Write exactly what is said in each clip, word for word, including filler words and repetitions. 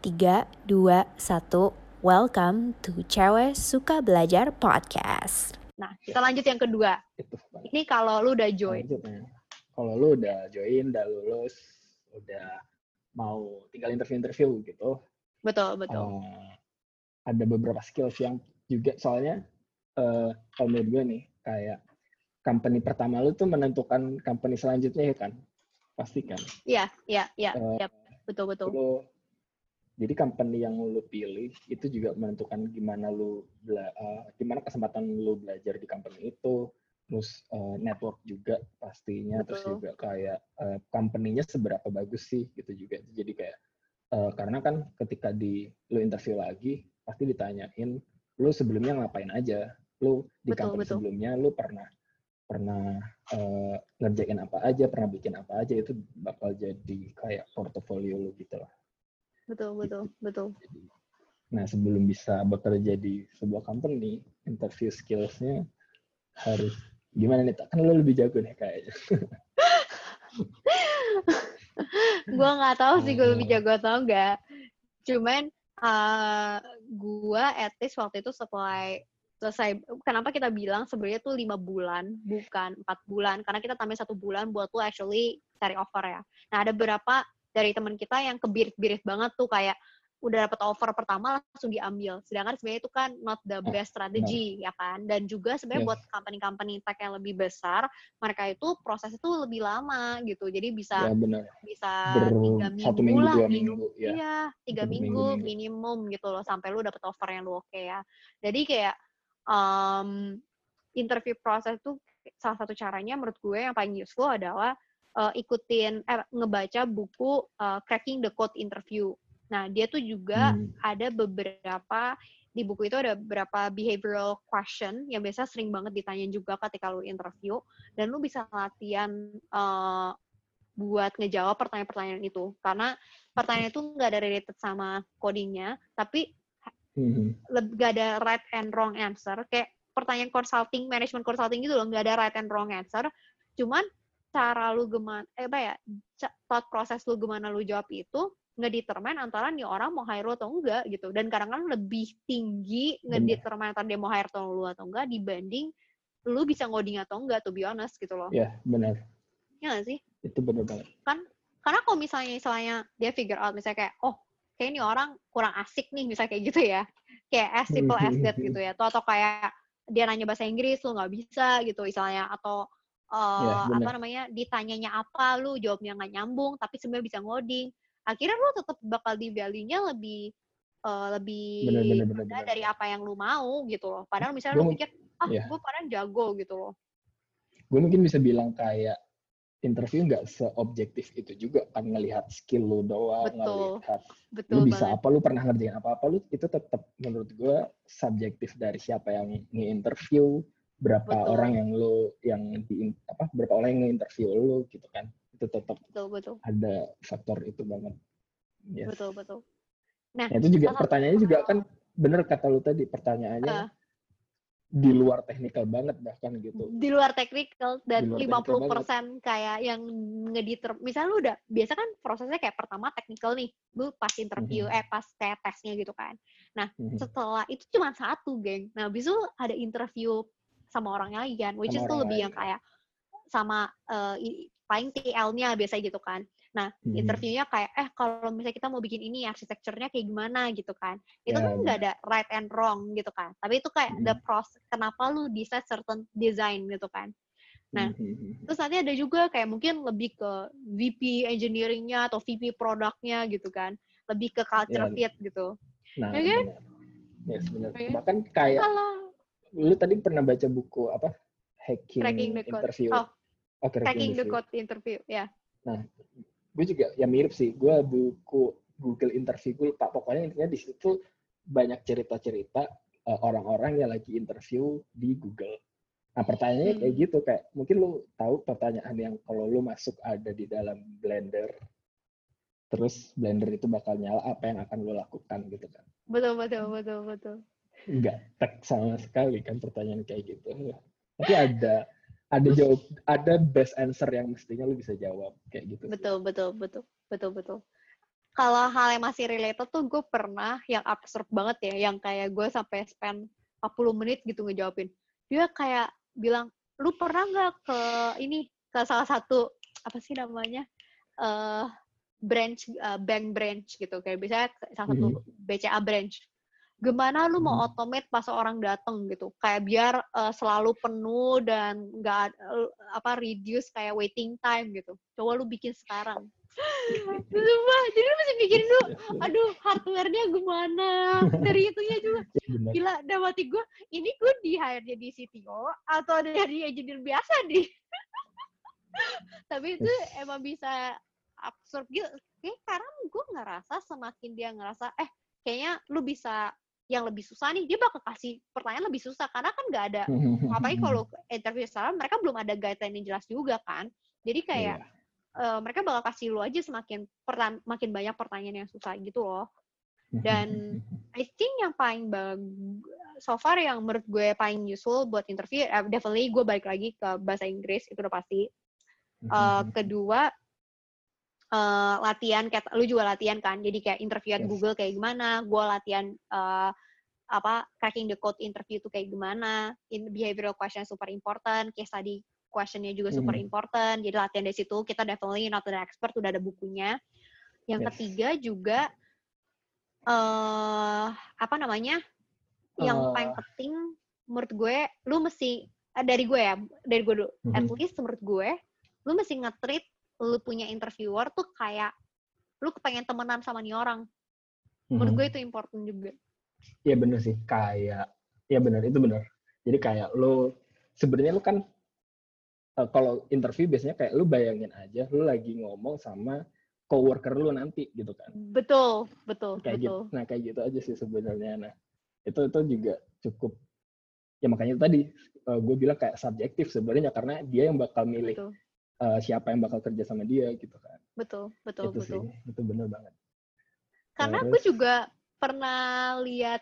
Tiga, dua, satu. Welcome to Cewek Suka Belajar Podcast. Nah, kita lanjut yang kedua. Ini kalau lu udah join. Lanjutnya. Kalau lu udah join, udah lulus, udah mau tinggal interview-interview gitu. Betul, betul. Uh, ada beberapa skills yang juga soalnya uh, kalau menurut gue nih, kayak company pertama lu tuh menentukan company selanjutnya ya kan? Pasti kan? Iya, iya, iya. Uh, yep. Betul, betul. Lu, jadi company yang lu pilih itu juga menentukan gimana lu bela, uh, gimana kesempatan lu belajar di company itu, terus uh, network juga pastinya, Betul. Terus juga kayak uh, company-nya seberapa bagus sih gitu juga. Jadi kayak uh, karena kan ketika di lu interview lagi pasti ditanyain lu sebelumnya ngapain aja, lu di Betul, company betul. sebelumnya lu pernah pernah uh, ngerjain apa aja, pernah bikin apa aja, itu bakal jadi kayak portofolio lu gitu lah. Betul, betul, betul. Nah, sebelum bisa bekerja di sebuah company, interview skills-nya harus gimana nih? Kan lo lebih jago nih kayaknya. Gue nggak tahu sih gue lebih jago atau enggak. Cuman uh, gue at least waktu itu setelah selesai, kenapa kita bilang sebenarnya tuh lima bulan, bukan empat bulan, karena kita tambah satu bulan buat tuh actually cari offer ya. Nah, ada beberapa dari teman kita yang kebirit-birit banget tuh kayak udah dapat offer pertama langsung diambil. Sedangkan sebenarnya itu kan not the best strategy, nah. ya kan? Dan juga sebenarnya yes. buat company-company tech yang lebih besar, mereka itu proses itu lebih lama gitu. Jadi bisa ya, benar. bisa Ber, tiga minggu, minggu lah, dua minimum, minggu, ya. Iya, tiga minggu, minggu minimum gitu loh sampai lu dapet offer yang lu oke okay ya. Jadi kayak um, interview proses itu salah satu caranya menurut gue yang paling useful adalah uh, ikutin eh, ngebaca buku uh, Cracking the Code Interview. Nah, dia tuh juga hmm. ada beberapa, di buku itu ada beberapa behavioral question yang biasa sering banget ditanyain juga ketika lu interview, dan lu bisa latihan uh, buat ngejawab pertanyaan-pertanyaan itu. Karena pertanyaan itu nggak ada related sama codingnya, tapi hmm. nggak ada right and wrong answer. Kayak pertanyaan consulting, management consulting gitu loh, nggak ada right and wrong answer. Cuman cara lu gimana, eh apa ya, thought process lu gimana lu jawab itu, ngedetermine antara nih orang mau hire lu atau enggak gitu. Dan kadang-kadang lebih tinggi ngedetermine antara dia mau hire lu atau enggak dibanding lu bisa ngoding atau enggak, to be honest gitu loh. Iya, benar. Iya nggak sih? Itu benar banget. Kan, karena kalau misalnya misalnya dia figure out, misalnya kayak, oh, kayak ini orang kurang asik nih, misalnya kayak gitu ya. Kayak as simple as that gitu ya. Atau, atau kayak dia nanya bahasa Inggris, lu nggak bisa gitu misalnya. Atau uh, ya, apa namanya, ditanyanya apa, lu jawabnya nggak nyambung, tapi sebenarnya bisa ngoding. Akhirnya lu tetap bakal di value-nya lebih uh, lebih bener, bener, bener, bener. dari apa yang lu mau gitu loh. Padahal misalnya gua, lu pikir, ah yeah. gue padahal jago gitu loh. Gue mungkin bisa bilang kayak interview nggak seobjektif itu juga kan, ngelihat skill lu doang, betul, ngelihat betul lu bisa banget. apa, lu pernah ngerjain apa-apa, lu itu tetap menurut gue subjektif dari siapa yang nge-interview, berapa betul. orang yang lu yang di apa berapa orang yang nge-interview lu gitu kan. Itu tetap betul, betul. ada faktor itu banget. Yes. Betul, betul. Nah, nah itu juga pertanyaannya juga kan bener kata lu tadi, pertanyaannya uh, di luar teknikal banget bahkan gitu. Di luar teknikal dan luar lima puluh persen kayak yang ngediter, misalnya lu udah biasa kan prosesnya kayak pertama teknikal nih, lu pas interview mm-hmm. eh pas kayak tesnya gitu kan. Nah, mm-hmm. setelah itu cuma satu, geng. Nah, habis itu ada interview sama orang lain kan, which sama is tuh lebih lain. Yang kayak sama uh, paling T L-nya biasanya gitu kan. Nah, hmm. interviewnya kayak, eh kalau misalnya kita mau bikin ini, arsitekturnya kayak gimana gitu kan. Itu yeah, kan nggak ada right and wrong gitu kan. Tapi itu kayak hmm. the process, kenapa lu decide certain design gitu kan. Nah, hmm. terus nanti ada juga kayak mungkin lebih ke V P engineering-nya atau V P product-nya gitu kan. Lebih ke culture yeah. fit gitu. Nah, ya kan? Yes, benar. Okay. Bahkan kayak, Halo. Lu tadi pernah baca buku apa? Hacking Cracking the interview. Code. Oh, oh Cracking the Code interview, ya. Yeah. Nah, gue juga ya mirip sih. Gue buku Google interview gue, Pak. Pokoknya intinya di situ banyak cerita-cerita uh, orang-orang yang lagi interview di Google. Nah, pertanyaannya hmm. kayak gitu, kayak mungkin lu tahu pertanyaan yang kalau lu masuk ada di dalam Blender, terus Blender itu bakal nyala, apa yang akan lu lakukan gitu kan? Betul, betul, betul, betul. Enggak tek sama sekali kan pertanyaan kayak gitu. Tapi ada ada jawab, ada best answer yang mestinya lu bisa jawab kayak gitu. Betul, sih. betul, betul, betul, betul. kalau hal yang masih related tuh gue pernah yang absurd banget ya, yang kayak gue sampai spend empat puluh menit gitu ngejawabin. Dia kayak bilang, lu pernah nggak ke ini, ke salah satu, apa sih namanya, uh, branch, uh, bank branch gitu, kayak biasanya salah satu B C A branch. Gimana lu mau automate pas orang datang gitu, kayak biar uh, selalu penuh dan nggak uh, apa reduce kayak waiting time gitu. Coba lu bikin sekarang. Sumpah, jadi lu mesti mikirin dulu, aduh hardware-nya gimana, dari itunya juga. Gila, dalam hati gue, ini gue di-hire jadi C T O atau jadi engineer biasa nih. Tapi itu emang bisa absurd gitu. Kayak karena gue ngerasa semakin dia ngerasa, eh kayaknya lu bisa yang lebih susah nih, dia bakal kasih pertanyaan lebih susah. Karena kan nggak ada, apalagi kalau interview sekarang, mereka belum ada guideline yang jelas juga kan. Jadi kayak, yeah. Uh, mereka bakal kasih lu aja semakin pertan- makin banyak pertanyaan yang susah gitu loh. Dan I think yang paling bag- so far yang menurut gue paling useful buat interview, uh, definitely gue balik lagi ke bahasa Inggris, itu udah pasti. Uh, kedua, uh, latihan, kayak lu juga latihan kan, jadi kayak interview at yes. Google kayak gimana, gue latihan uh, apa cracking the code interview itu kayak gimana, in behavioral question super important, case study question-nya juga super mm-hmm. important, jadi latihan dari situ, kita definitely not an expert, udah ada bukunya. Yang yes. ketiga juga, uh, apa namanya, uh. yang paling penting menurut gue, lu mesti, uh, dari gue ya, dari gue dulu, mm-hmm. at least menurut gue, lu mesti nge-treat lu punya interviewer tuh kayak, lu kepengen temenan sama nih orang. Menurut mm-hmm. gue itu important juga. Iya bener sih, kayak, ya bener, itu bener. Jadi kayak lu, sebenarnya lu kan, Uh, kalau interview biasanya kayak lu bayangin aja lu lagi ngomong sama coworker lu nanti gitu kan. Betul, betul, kayak betul. Gitu, nah kayak gitu aja sih sebenarnya. Nah itu itu juga cukup. Ya makanya tadi uh, gue bilang kayak subjektif sebenarnya karena dia yang bakal milih uh, siapa yang bakal kerja sama dia gitu kan. Betul, betul, itu betul. Sih, itu bener banget. Karena Terus, gue juga pernah lihat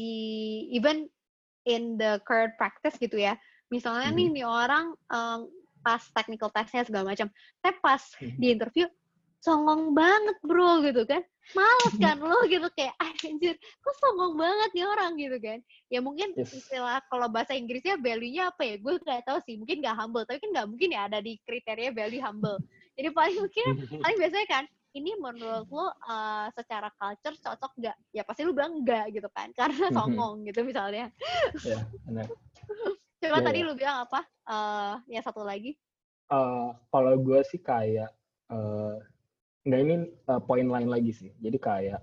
di even in the current practice gitu ya. Misalnya mm-hmm. nih nih orang um, pas technical testnya segala macam, tapi pas mm-hmm. di interview songong banget bro gitu kan, males kan lo gitu kayak anjir, kok songong banget nih orang gitu kan. Ya mungkin yes. istilah kalau bahasa Inggrisnya value-nya apa ya, gue nggak tahu sih, mungkin nggak humble, tapi kan nggak mungkin ya ada di kriteria value humble. Jadi paling mungkin paling biasanya kan, ini menurut lo uh, secara culture cocok nggak? Ya pasti lo bilang nggak gitu kan, karena songong gitu misalnya. Ya, benar. Coba ya, tadi ya. lu bilang apa? Uh, ya satu lagi. Uh, kalau gue sih kayak, uh, nggak ini uh, poin lain lagi sih. Jadi kayak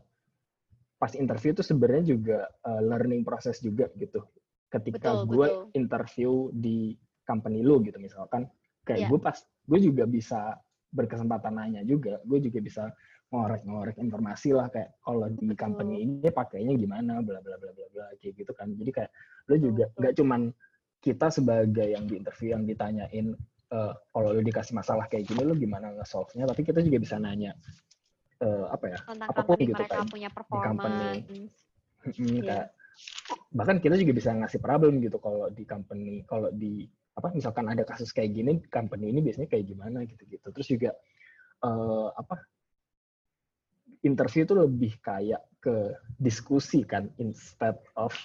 pas interview itu sebenarnya juga uh, learning proses juga gitu. Ketika betul, gue betul. interview di company lu gitu misalkan, kayak yeah. gue pas gue juga bisa berkesempatan nanya juga. Gue juga bisa ngorek-ngorek informasi lah kayak kalau di betul. company ini pakainya gimana, bla bla bla bla bla kayak gitu kan. Jadi kayak lu juga nggak cuman kita sebagai yang diinterview yang ditanyain uh, kalau lu dikasih masalah kayak gini lu gimana nge-solve-nya, tapi kita juga bisa nanya uh, apa ya tentang apapun company gitu mereka kayak punya di performance. company hmm, yeah. kayak, bahkan kita juga bisa ngasih problem gitu kalau di company, kalau di apa misalkan ada kasus kayak gini company ini biasanya kayak gimana gitu-gitu. Terus juga uh, apa interview itu lebih kayak ke diskusi kan instead of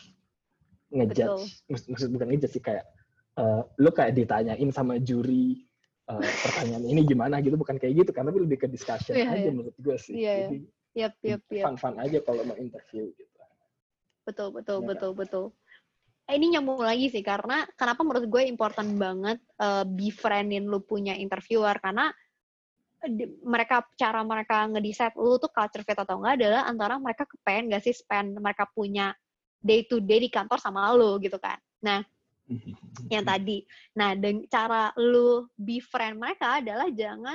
ngejudge, maksud bukan ngejudge sih kayak uh, lu kayak ditanyain sama juri uh, pertanyaan ini gimana gitu, bukan kayak gitu kan, tapi lebih ke discussion yeah, aja yeah. menurut gue sih. Yeah, Jadi yep, yep, yep. fun-fun aja kalau mau interview gitu. Betul, betul, nah, betul, betul. Eh, ini nyambung lagi sih karena kenapa menurut gue important banget uh, befriendin lu punya interviewer, karena di, mereka cara mereka ngedecide lu tuh culture fit atau enggak adalah antara mereka kepengen gak sih spend mereka punya day to day di kantor sama lu gitu kan. Nah, yang tadi. Nah, dengan cara lu befriend mereka adalah jangan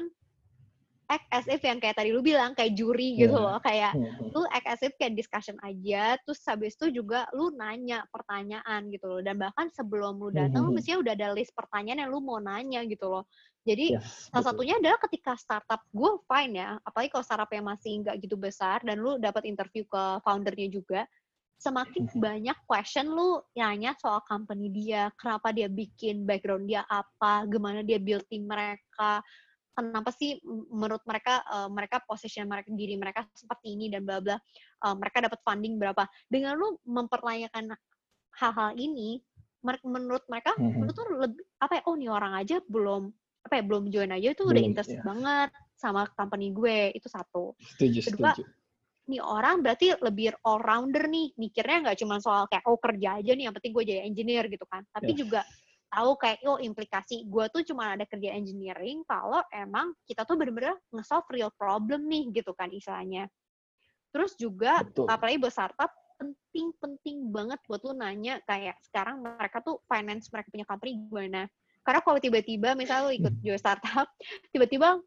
act as if yang kayak tadi lu bilang kayak juri gitu loh, kayak lu act as if kayak discussion aja, terus habis itu juga lu nanya pertanyaan gitu loh, dan bahkan sebelum lu datang lu mestinya udah ada list pertanyaan yang lu mau nanya gitu loh. Jadi yes, salah betul. Satunya adalah ketika startup, gue fine ya, apalagi kalau startupnya masih nggak gitu besar dan lu dapat interview ke foundernya juga, semakin banyak question lu nanya soal company dia, kenapa dia bikin, background dia apa, gimana dia build team mereka, kenapa sih menurut mereka uh, mereka position mereka diri mereka seperti ini dan bla bla, uh, mereka dapat funding berapa. Dengan lu mempertanyakan hal-hal ini, menurut mereka mm-hmm. lu tuh lebih apa ya, oh nih orang aja belum apa ya belum join aja tuh udah interested yeah. banget sama company gue, itu satu. Setuju, Kedua, setuju. nih orang berarti lebih all rounder nih, mikirnya nggak cuma soal kayak oh kerja aja nih yang penting gue jadi engineer gitu kan, tapi yeah. juga tahu kayak oh implikasi gue tuh cuma ada kerja engineering kalau emang kita tuh bener-bener nge-solve real problem nih gitu kan istilahnya. Terus juga Betul. apalagi buat startup penting-penting banget buat lu nanya kayak sekarang mereka tuh finance mereka punya company gimana. Karena kalau tiba-tiba misalnya lu ikut join startup, tiba-tiba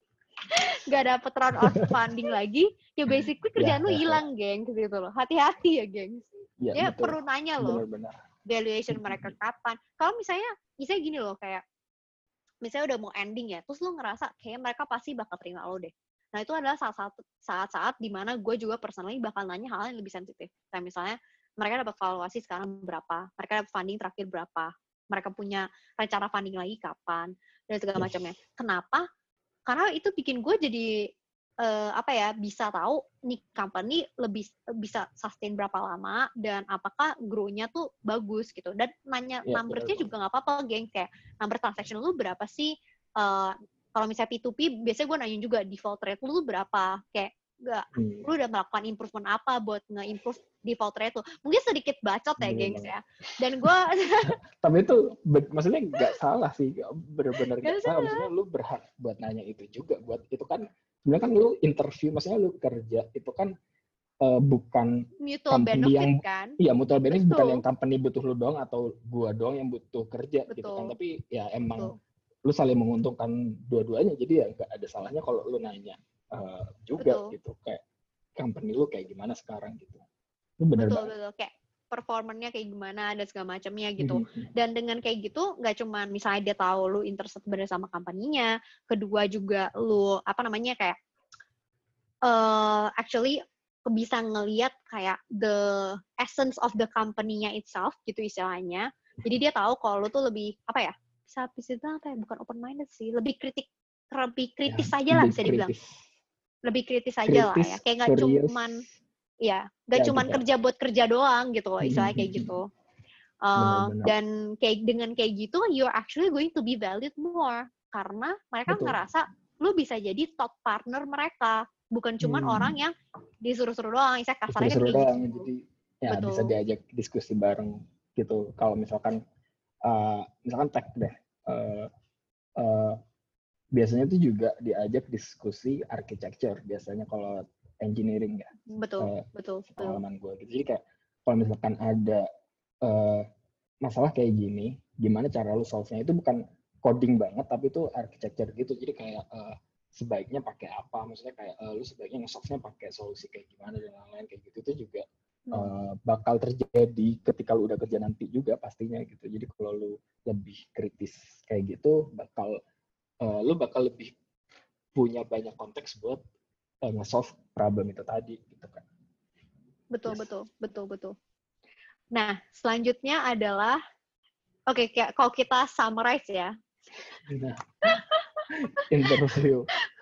nggak dapet round of funding lagi, ya basically kerjaan ya, lu hilang, ya, gengs gitu loh. Hati-hati ya, gengs. Ya, ya perlu nanya loh. Benar-benar. Valuation mereka kapan. Kalau misalnya, misalnya gini loh, kayak misalnya udah mau ending ya, terus lu ngerasa kayak mereka pasti bakal terima lo deh. Nah itu adalah saat-saat saat-saat dimana gue juga personally bakal nanya hal yang lebih sensitif. Kayak misalnya mereka dapat valuasi sekarang berapa, mereka dapat funding terakhir berapa, mereka punya rencana funding lagi kapan, dan segala macamnya. Kenapa? Karena itu bikin gue jadi uh, apa ya bisa tahu nih company lebih bisa sustain berapa lama dan apakah grow-nya tuh bagus gitu. Dan nanya ya, number-nya juga nggak apa-apa, geng. Kayak number transaction lu berapa sih? Uh, kalau misalnya P to P, biasanya gue nanya juga default rate lu berapa? Kayak nggak, hmm. lu udah melakukan improvement apa buat nge-improve default rate lu? Mungkin sedikit bacot ya, gengs ya. Dan gue tapi itu maksudnya nggak salah sih, benar-benar nggak salah. Maksudnya lu berhak buat nanya itu juga. Buat itu kan sebenarnya kan lu interview, maksudnya lu kerja itu kan uh, bukan mutual benefit yang, kan? Iya, mutual benefit bukan yang company butuh lu doang atau gua doang yang butuh kerja. Betul. Gitu kan. Tapi ya emang Betul. lu saling menguntungkan dua-duanya. Jadi ya nggak ada salahnya kalau lu nanya uh, juga. Betul. Gitu, kayak company lu kayak gimana sekarang gitu. Itu benar betul, betul. Kayak performanya kayak gimana dan segala macamnya gitu. Mm-hmm. Dan dengan kayak gitu nggak cuma misalnya dia tahu lu interested bener sama company-nya, kedua juga lu apa namanya kayak uh, actually bisa ngelihat kayak the essence of the company-nya itself gitu istilahnya. Jadi dia tahu kalau lu tuh lebih apa ya? Bisa bisa apa ya? Bukan open minded sih, lebih kritik lebih kritis ya, aja lah bisa dibilang. Lebih kritis aja kritis, lah ya. Kayak nggak cuman ya, nggak ya, cuman kerja buat kerja doang gitu loh, istilahnya kayak gitu. Uh, dan kayak dengan kayak gitu, you're actually going to be valued more karena mereka Betul. ngerasa lu bisa jadi top partner mereka, bukan cuman hmm. orang yang disuruh-suruh doang, istilahnya kasarnya kan kayak doang, gitu. Jadi ya Betul. bisa diajak diskusi bareng gitu. Kalau misalkan uh, misalkan tech deh, uh, uh, biasanya tuh juga diajak diskusi architecture biasanya kalau engineering ya. Betul, uh, betul. Pengalaman gue gitu. Jadi kayak kalau misalkan ada uh, masalah kayak gini, gimana cara lu solve-nya itu bukan coding banget, tapi itu architecture gitu. Jadi kayak uh, sebaiknya pakai apa, maksudnya kayak uh, lu sebaiknya nge-solve-nya pakai solusi kayak gimana dan lain-lain kayak gitu. Itu juga hmm. uh, bakal terjadi ketika lu udah kerja nanti juga pastinya gitu. Jadi kalau lu lebih kritis kayak gitu, bakal uh, lu bakal lebih punya banyak konteks buat Uh, nge-solve problem itu tadi gitu kan. Betul, yes. betul, betul, betul. Nah, selanjutnya adalah oke, okay, kayak kalau kita summarize ya. Nah, interview.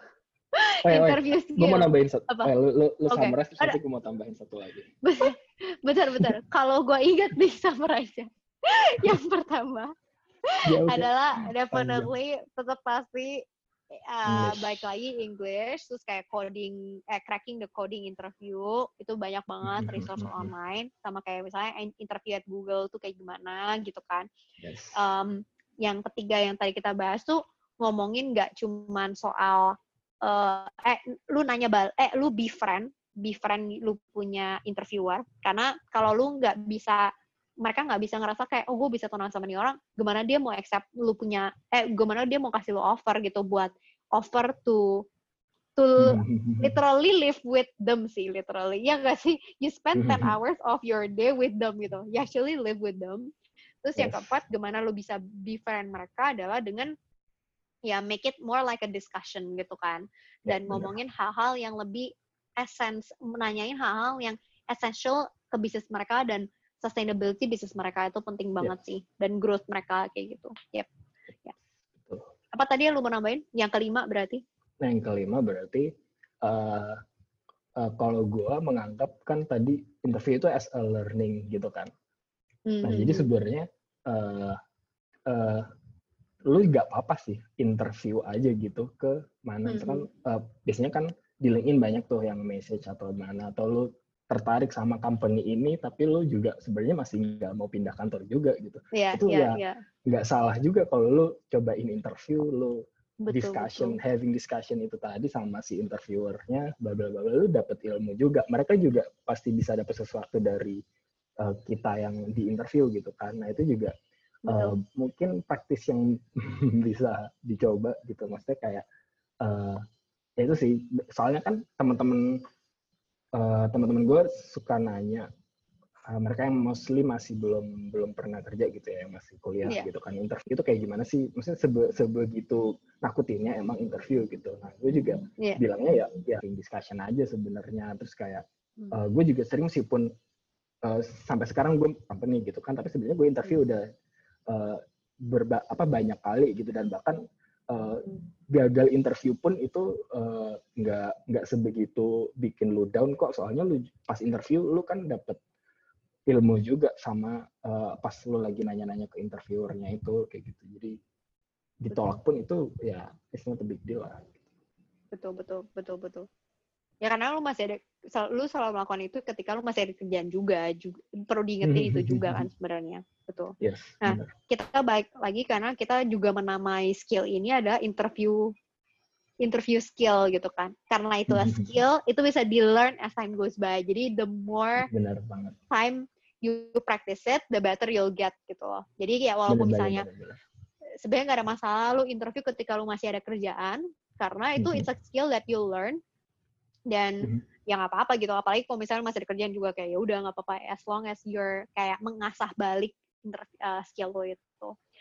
Oh, interview skill. Gue mau nambahin satu. Oh, lu lu, lu okay. summarize terus nanti gue mau tambahin satu lagi. Betul, betul. Kalau gue ingat nih summarize-nya. Yang pertama ya, okay. adalah definitely tetap pasti Uh, baik lagi English, terus kayak coding, eh, cracking the coding interview itu banyak banget resource online, sama kayak misalnya interview at Google tuh kayak gimana gitu kan. Yes. Um, yang ketiga yang tadi kita bahas tuh ngomongin nggak cuman soal uh, eh lu nanya bal, eh lu befriend, befriend lu punya interviewer, karena kalau lu nggak bisa mereka nggak bisa ngerasa kayak oh gue bisa temenan sama nih orang, gimana dia mau accept lu punya eh gimana dia mau kasih lu offer gitu buat offer to to literally live with them sih literally ya nggak sih, you spend ten hours of your day with them gitu, you actually live with them. Terus yes. yang keempat gimana lu bisa befriend mereka adalah dengan ya make it more like a discussion gitu kan, dan ya, ngomongin bener. hal-hal yang lebih essence, menanyain hal-hal yang essential ke bisnis mereka dan sustainability bisnis mereka itu penting banget yeah. sih, dan growth mereka kayak gitu. Yep. Yeah. Apa tadi yang lu mau nambahin? Yang kelima berarti? Nah, yang kelima berarti uh, uh, kalau gue menganggap kan tadi interview itu as a learning gitu kan. Nah, Mm-hmm. jadi sebenarnya uh, uh, lu nggak apa-apa sih interview aja gitu ke mana. Misalkan Mm-hmm. uh, biasanya kan di LinkedIn banyak tuh yang message atau mana, atau lu tertarik sama company ini tapi lu juga sebenarnya masih nggak mau pindah kantor juga gitu. Yeah, Itu yeah, ya yeah. nggak salah juga kalau lu cobain interview, lu Betul, discussion, betul. having discussion itu tadi sama si interviewernya, bla bla bla, lu dapet ilmu juga. Mereka juga pasti bisa dapet sesuatu dari uh, kita yang di interview gitu kan. Nah, itu juga uh, mungkin praktis yang bisa dicoba gitu. Maksudnya kayak uh, ya itu sih. Soalnya kan teman-teman uh, teman-teman gue suka nanya, uh, mereka yang mostly masih belum belum pernah kerja gitu ya, yang masih kuliah Yeah. gitu kan, interview itu kayak gimana sih? Maksudnya sebe, sebegitu nakutinnya emang interview gitu. Nah, gue juga Yeah. bilangnya ya ya discussion aja sebenarnya. Terus kayak uh, gue juga sering meskipun uh, sampai sekarang gue company gitu kan, tapi sebenarnya gue interview udah uh, berba, apa banyak kali gitu, dan bahkan uh, gagal interview pun itu uh, nggak nggak sebegitu bikin lu down kok. Soalnya lu pas interview lu kan dapet ilmu juga sama uh, pas lu lagi nanya-nanya ke interviewernya itu kayak gitu. Jadi ditolak pun itu ya it's not a big deal lah. Betul, betul, betul, betul. Ya karena lu masih ada, lu selalu melakukan itu ketika lu masih ada kerjaan juga, juga perlu diingetin itu juga kan sebenarnya, betul. Yes, nah, benar. Kita balik lagi karena kita juga menamai skill ini ada interview, interview skill gitu kan. Karena itu skill, itu bisa di-learn as time goes by. Jadi the more benar banget. time you practice it, the better you'll get gitu loh. Jadi kayak walaupun bener, misalnya sebenarnya nggak ada masalah lu interview ketika lu masih ada kerjaan, karena itu mm-hmm. it's a skill that you learn. Dan mm-hmm. ya nggak apa-apa gitu, apalagi kalau misalnya masih ada kerjaan juga kayak ya udah nggak apa-apa, as long as you're kayak mengasah balik uh, skill lo itu.